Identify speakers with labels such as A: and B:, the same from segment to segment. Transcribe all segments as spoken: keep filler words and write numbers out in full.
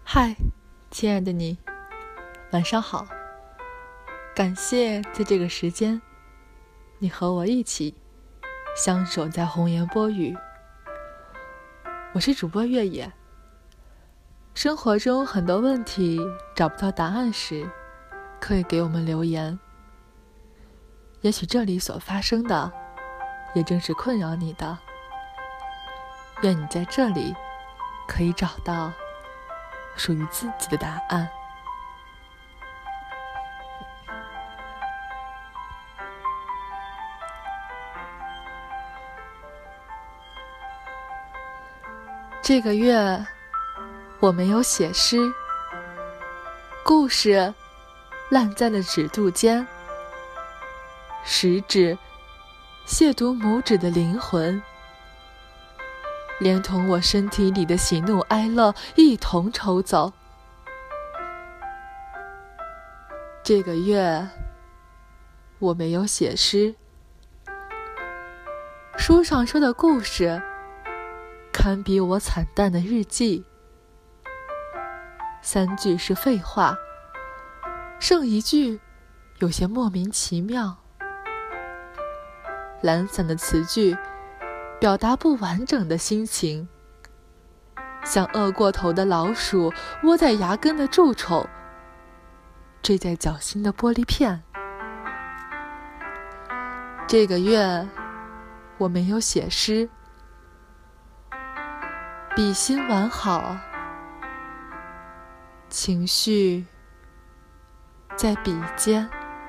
A: 嗨，亲爱的你，晚上好。感谢在这个时间，你和我一起相守在红颜波语。我是主播月野。生活中很多问题找不到答案时，可以给我们留言。也许这里所发生的，也正是困扰你的。愿你在这里可以找到属于自己的答案。这个月我没有写诗，故事烂在了指肚间，食指亵渎拇指的灵魂，连同我身体里的喜怒哀乐一同抽走。这个月我没有写诗，书上说的故事堪比我惨淡的日记，三句是废话，剩一句有些莫名其妙。懒散的词句表达不完整的心情，像饿过头的老鼠窝在牙根的蛀虫，坠在脚心的玻璃片。这个月我没有写诗，笔心完好，情绪在笔尖。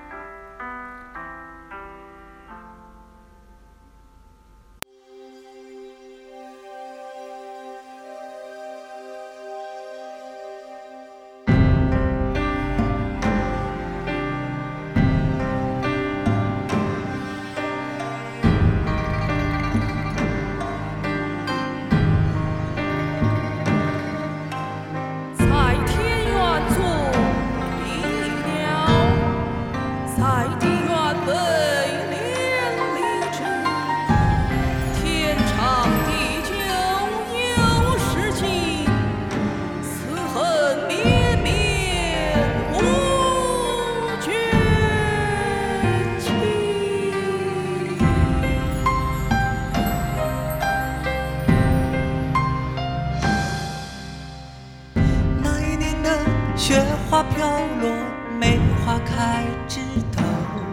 B: 雪花飘落，梅花开枝头。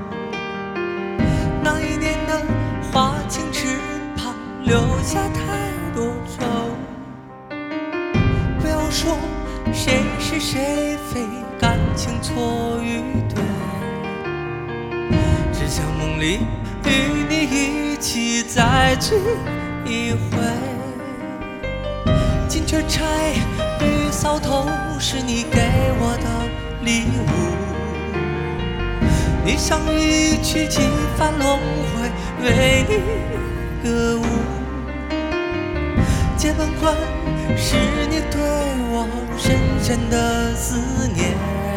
B: 那一年的花径池旁，留下太多愁。不要说谁是谁非，感情错与对，只想梦里与你一起再聚一回。金雀钗与搔头是你给我的礼物，一生一曲几番轮回，为你歌舞。接吻环是你对我深深的思念，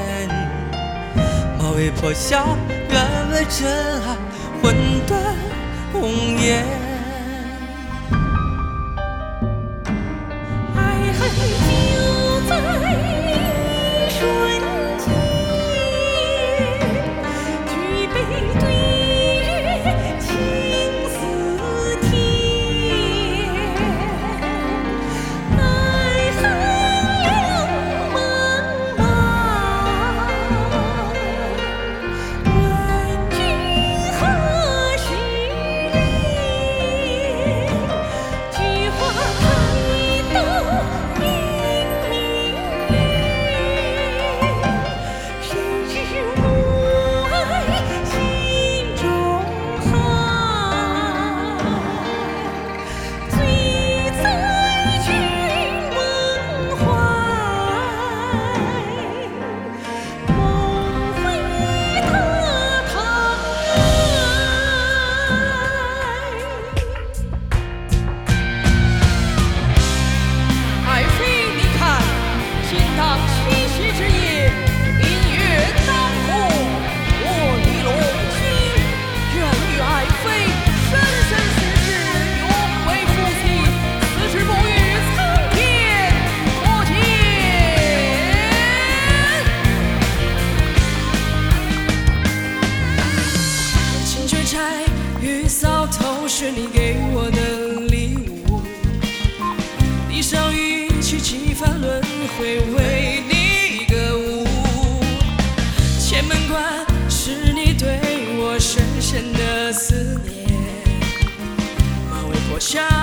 B: 马嵬坡下愿为真爱魂断红颜。
C: 头是你给我的礼物，地上雨起几番轮回，为你歌舞。前门关是你对我深深的思念，马嵬坡下